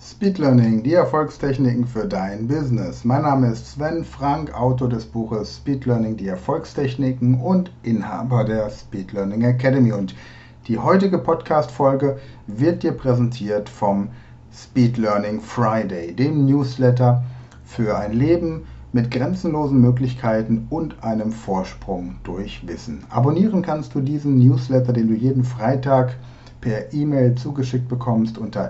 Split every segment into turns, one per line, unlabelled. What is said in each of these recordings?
Speed Learning, die Erfolgstechniken für dein Business. Mein Name ist Sven Frank, Autor des Buches Speed Learning, die Erfolgstechniken und Inhaber der Speed Learning Academy. Und die heutige Podcast-Folge wird dir präsentiert vom Speed Learning Friday, dem Newsletter für ein Leben mit grenzenlosen Möglichkeiten und einem Vorsprung durch Wissen. Abonnieren kannst du diesen Newsletter, den du jeden Freitag per E-Mail zugeschickt bekommst unter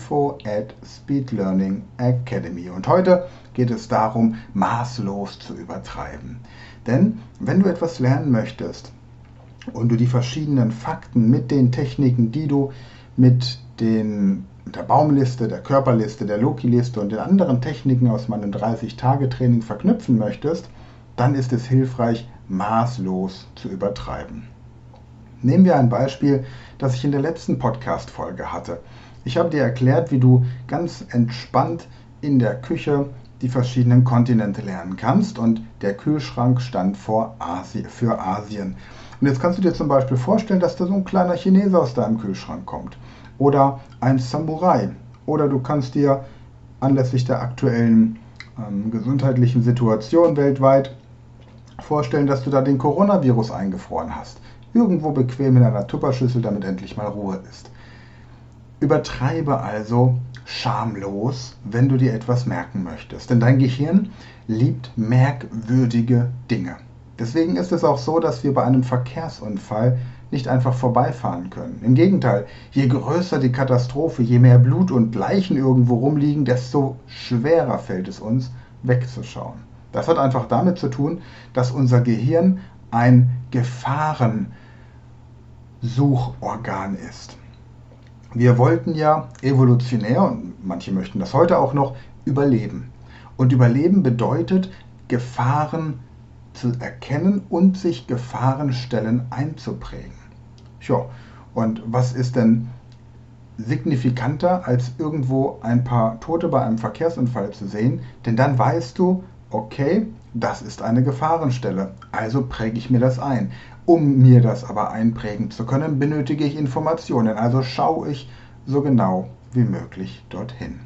info@speedlearningacademy. Und heute geht es darum, maßlos zu übertreiben. Denn wenn du etwas lernen möchtest und du die verschiedenen Fakten mit den Techniken, die du mit der Baumliste, der Körperliste, der Loki-Liste und den anderen Techniken aus meinem 30-Tage-Training verknüpfen möchtest, dann ist es hilfreich, maßlos zu übertreiben. Nehmen wir ein Beispiel, das ich in der letzten Podcast-Folge hatte. Ich habe dir erklärt, wie du ganz entspannt in der Küche die verschiedenen Kontinente lernen kannst, und der Kühlschrank stand für Asien. Und jetzt kannst du dir zum Beispiel vorstellen, dass da so ein kleiner Chinese aus deinem Kühlschrank kommt oder ein Samurai, oder du kannst dir anlässlich der aktuellen gesundheitlichen Situation weltweit vorstellen, dass du da den Coronavirus eingefroren hast. Irgendwo bequem in einer Tupperschüssel, damit endlich mal Ruhe ist. Übertreibe also schamlos, wenn du dir etwas merken möchtest. Denn dein Gehirn liebt merkwürdige Dinge. Deswegen ist es auch so, dass wir bei einem Verkehrsunfall nicht einfach vorbeifahren können. Im Gegenteil, je größer die Katastrophe, je mehr Blut und Leichen irgendwo rumliegen, desto schwerer fällt es uns, wegzuschauen. Das hat einfach damit zu tun, dass unser Gehirn ein Gefahrensuchorgan ist. Wir wollten ja evolutionär, und manche möchten das heute auch noch, überleben. Und überleben bedeutet, Gefahren zu erkennen und sich Gefahrenstellen einzuprägen. Ja, und was ist denn signifikanter, als irgendwo ein paar Tote bei einem Verkehrsunfall zu sehen? Denn dann weißt du, okay, das ist eine Gefahrenstelle, also präge ich mir das ein. Um mir das aber einprägen zu können, benötige ich Informationen, also schaue ich so genau wie möglich dorthin.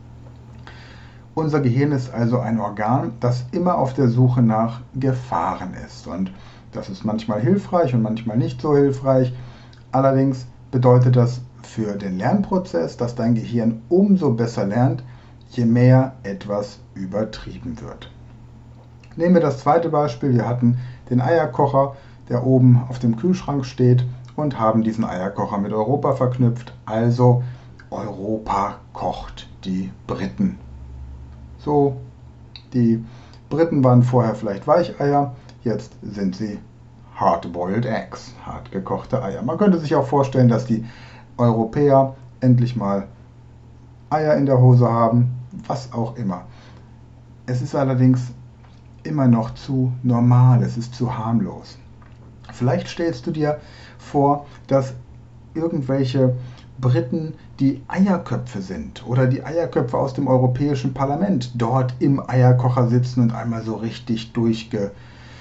Unser Gehirn ist also ein Organ, das immer auf der Suche nach Gefahren ist. Und das ist manchmal hilfreich und manchmal nicht so hilfreich. Allerdings bedeutet das für den Lernprozess, dass dein Gehirn umso besser lernt, je mehr etwas übertrieben wird. Nehmen wir das zweite Beispiel. Wir hatten den Eierkocher, der oben auf dem Kühlschrank steht, und haben diesen Eierkocher mit Europa verknüpft. Also Europa kocht die Briten. So, die Briten waren vorher vielleicht Weicheier, jetzt sind sie hard-boiled eggs, hart gekochte Eier. Man könnte sich auch vorstellen, dass die Europäer endlich mal Eier in der Hose haben, was auch immer. Es ist allerdings immer noch zu normal, es ist zu harmlos. Vielleicht stellst du dir vor, dass irgendwelche Briten die Eierköpfe sind oder die Eierköpfe aus dem Europäischen Parlament dort im Eierkocher sitzen und einmal so richtig durchgekocht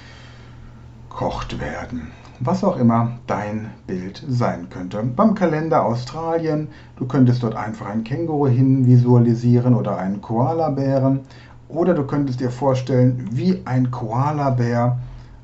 werden. Was auch immer dein Bild sein könnte. Beim Kalender Australien, du könntest dort einfach ein Känguru hin visualisieren oder einen Koalabären. Oder du könntest dir vorstellen, wie ein Koalabär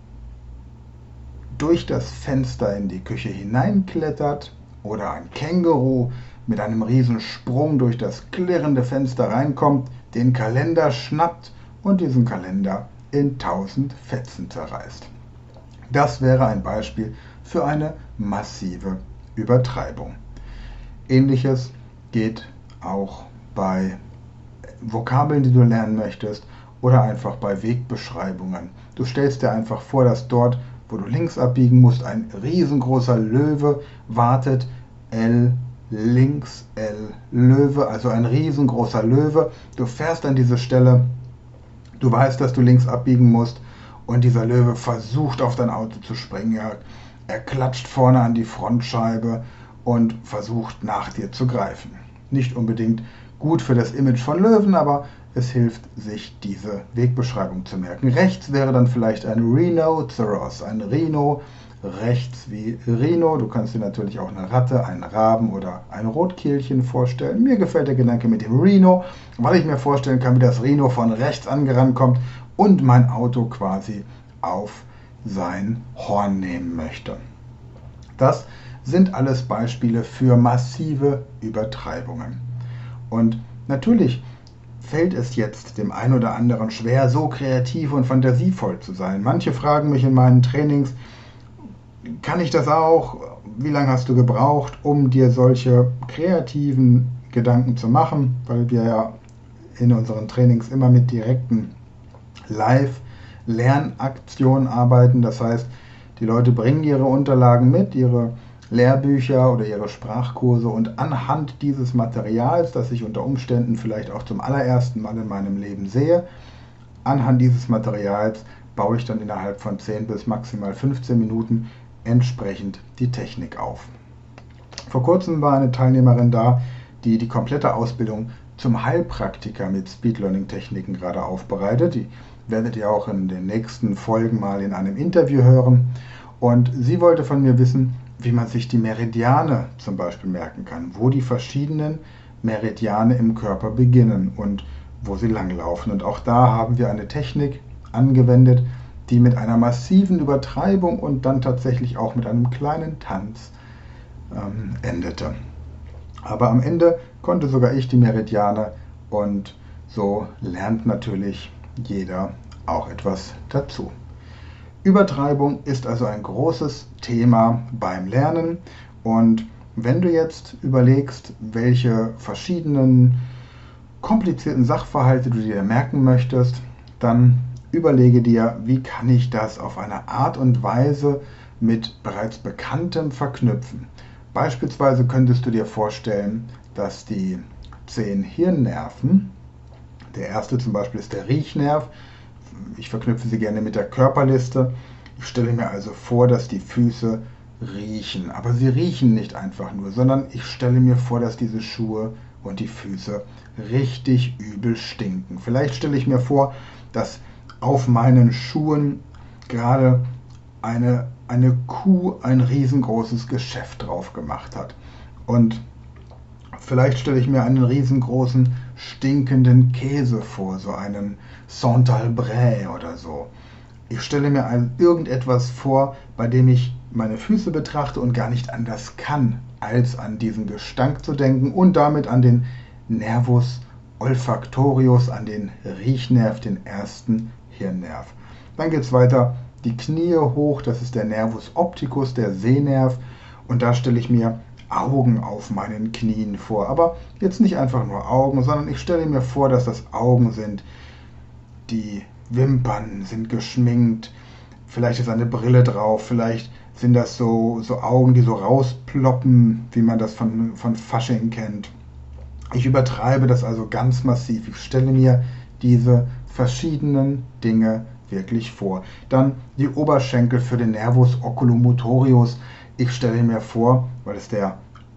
durch das Fenster in die Küche hineinklettert oder ein Känguru mit einem riesen Sprung durch das klirrende Fenster reinkommt, den Kalender schnappt und diesen Kalender in 1000 Fetzen zerreißt. Das wäre ein Beispiel für eine massive Übertreibung. Ähnliches geht auch bei Vokabeln, die du lernen möchtest, oder einfach bei Wegbeschreibungen. Du stellst dir einfach vor, dass dort, wo du links abbiegen musst, ein riesengroßer Löwe wartet. L links, L Löwe, also ein riesengroßer Löwe. Du fährst an diese Stelle, du weißt, dass du links abbiegen musst, und dieser Löwe versucht, auf dein Auto zu springen. Er klatscht vorne an die Frontscheibe und versucht, nach dir zu greifen. Nicht unbedingt gut für das Image von Löwen, aber es hilft, sich diese Wegbeschreibung zu merken. Rechts wäre dann vielleicht ein Rhinoceros, ein Rhino, rechts wie Rhino. Du kannst dir natürlich auch eine Ratte, einen Raben oder ein Rotkehlchen vorstellen. Mir gefällt der Gedanke mit dem Rhino, weil ich mir vorstellen kann, wie das Rhino von rechts angerannt kommt und mein Auto quasi auf sein Horn nehmen möchte. Das sind alles Beispiele für massive Übertreibungen. Und natürlich fällt es jetzt dem einen oder anderen schwer, so kreativ und fantasievoll zu sein. Manche fragen mich in meinen Trainings, kann ich das auch? Wie lange hast du gebraucht, um dir solche kreativen Gedanken zu machen? Weil wir ja in unseren Trainings immer mit direkten Live-Lernaktionen arbeiten. Das heißt, die Leute bringen ihre Unterlagen mit, ihre Lehrbücher oder ihre Sprachkurse, und anhand dieses Materials, das ich unter Umständen vielleicht auch zum allerersten Mal in meinem Leben sehe, anhand dieses Materials baue ich dann innerhalb von 10 bis maximal 15 Minuten entsprechend die Technik auf. Vor kurzem war eine Teilnehmerin da, die die komplette Ausbildung zum Heilpraktiker mit Speed Learning Techniken gerade aufbereitet. Die werdet ihr auch in den nächsten Folgen mal in einem Interview hören. Und sie wollte von mir wissen, wie man sich die Meridiane zum Beispiel merken kann, wo die verschiedenen Meridiane im Körper beginnen und wo sie langlaufen. Und auch da haben wir eine Technik angewendet, die mit einer massiven Übertreibung und dann tatsächlich auch mit einem kleinen Tanz endete. Aber am Ende konnte sogar ich die Meridiane, und so lernt natürlich jeder auch etwas dazu. Übertreibung ist also ein großes Thema beim Lernen, und wenn du jetzt überlegst, welche verschiedenen komplizierten Sachverhalte du dir merken möchtest, dann überlege dir, wie kann ich das auf eine Art und Weise mit bereits Bekanntem verknüpfen. Beispielsweise könntest du dir vorstellen, dass die 10 Hirnnerven, der erste zum Beispiel ist der Riechnerv, ich verknüpfe sie gerne mit der Körperliste. Ich stelle mir also vor, dass die Füße riechen. Aber sie riechen nicht einfach nur, sondern ich stelle mir vor, dass diese Schuhe und die Füße richtig übel stinken. Vielleicht stelle ich mir vor, dass auf meinen Schuhen gerade eine Kuh ein riesengroßes Geschäft drauf gemacht hat. Und vielleicht stelle ich mir einen riesengroßen stinkenden Käse vor, so einen Saint-Albret oder so. Ich stelle mir irgendetwas vor, bei dem ich meine Füße betrachte und gar nicht anders kann, als an diesen Gestank zu denken und damit an den Nervus olfactorius, an den Riechnerv, den ersten Hirnnerv. Dann geht es weiter, die Knie hoch, das ist der Nervus opticus, der Sehnerv, und da stelle ich mir Augen auf meinen Knien vor. Aber jetzt nicht einfach nur Augen, sondern ich stelle mir vor, dass das Augen sind. Die Wimpern sind geschminkt, vielleicht ist eine Brille drauf, vielleicht sind das so Augen, die so rausploppen, wie man das von Fasching kennt. Ich übertreibe das also ganz massiv. Ich stelle mir diese verschiedenen Dinge wirklich vor. Dann die Oberschenkel für den Nervus oculomotorius. Ich stelle mir vor, weil es der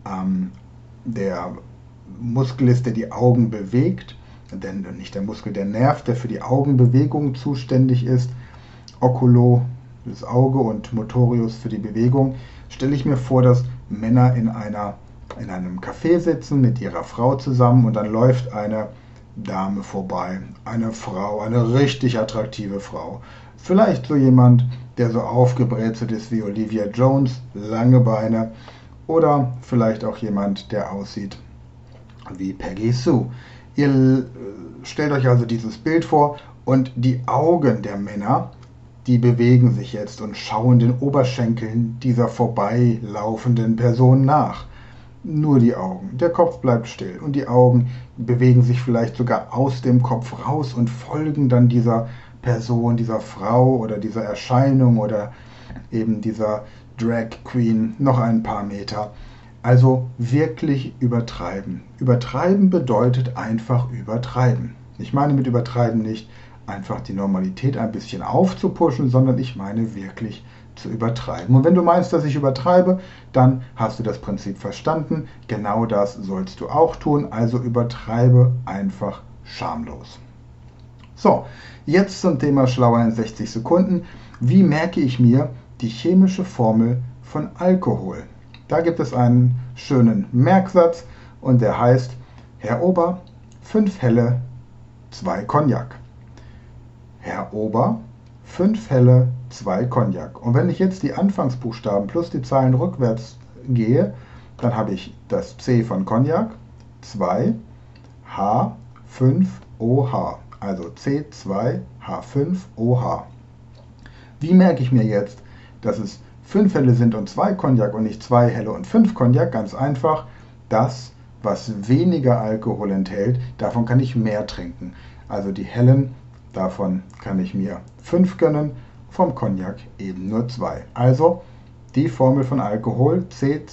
Muskel ist, der die Augen bewegt, denn nicht der Muskel, der Nerv, der für die Augenbewegung zuständig ist, Oculo, das Auge, und Motorius für die Bewegung, stelle ich mir vor, dass Männer in einem Café sitzen mit ihrer Frau zusammen, und dann läuft eine Dame vorbei, eine Frau, eine richtig attraktive Frau. Vielleicht so jemand, der so aufgebrezelt ist wie Olivia Jones, lange Beine, oder vielleicht auch jemand, der aussieht wie Peggy Sue. Ihr stellt euch also dieses Bild vor, und die Augen der Männer, die bewegen sich jetzt und schauen den Oberschenkeln dieser vorbeilaufenden Person nach. Nur die Augen. Der Kopf bleibt still und die Augen bewegen sich vielleicht sogar aus dem Kopf raus und folgen dann dieser Person, dieser Frau oder dieser Erscheinung oder eben dieser Drag Queen noch ein paar Meter. Also wirklich übertreiben. Übertreiben bedeutet einfach übertreiben. Ich meine mit übertreiben nicht einfach die Normalität ein bisschen aufzupuschen, sondern ich meine wirklich zu übertreiben. Und wenn du meinst, dass ich übertreibe, dann hast du das Prinzip verstanden. Genau das sollst du auch tun. Also übertreibe einfach schamlos. So, jetzt zum Thema Schlauer in 60 Sekunden. Wie merke ich mir die chemische Formel von Alkohol. Da gibt es einen schönen Merksatz und der heißt: Herr Ober, 5 Helle, 2 Cognac. Herr Ober, 5 Helle, 2 Cognac. Und wenn ich jetzt die Anfangsbuchstaben plus die Zahlen rückwärts gehe, dann habe ich das C von Cognac, 2, H, 5, OH. Also C2H5OH. Wie merke ich mir jetzt, dass es 5 Helle sind und 2 Cognac und nicht 2 Helle und 5 Cognac? Ganz einfach, das, was weniger Alkohol enthält, davon kann ich mehr trinken. Also die Hellen, davon kann ich mir 5 gönnen, vom Cognac eben nur 2. Also die Formel von Alkohol: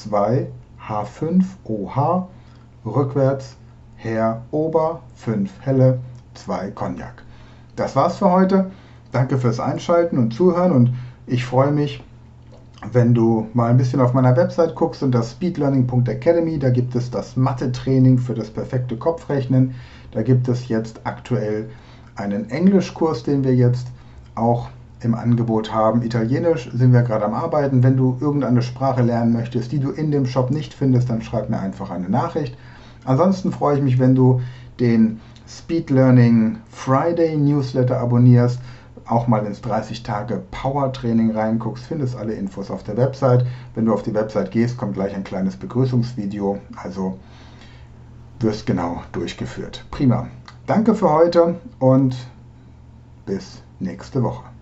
C2H5OH, rückwärts Herr Ober, 5 Helle, 2 Cognac. Das war's für heute. Danke fürs Einschalten und Zuhören und ich freue mich, wenn du mal ein bisschen auf meiner Website guckst unter speedlearning.academy. Da gibt es das Mathe-Training für das perfekte Kopfrechnen. Da gibt es jetzt aktuell einen Englischkurs, den wir jetzt auch im Angebot haben. Italienisch sind wir gerade am Arbeiten. Wenn du irgendeine Sprache lernen möchtest, die du in dem Shop nicht findest, dann schreib mir einfach eine Nachricht. Ansonsten freue ich mich, wenn du den Speed Learning Friday Newsletter abonnierst, auch mal ins 30 Tage Power Training reinguckst, findest alle Infos auf der Website. Wenn du auf die Website gehst, kommt gleich ein kleines Begrüßungsvideo, also wirst genau durchgeführt. Prima. Danke für heute und bis nächste Woche.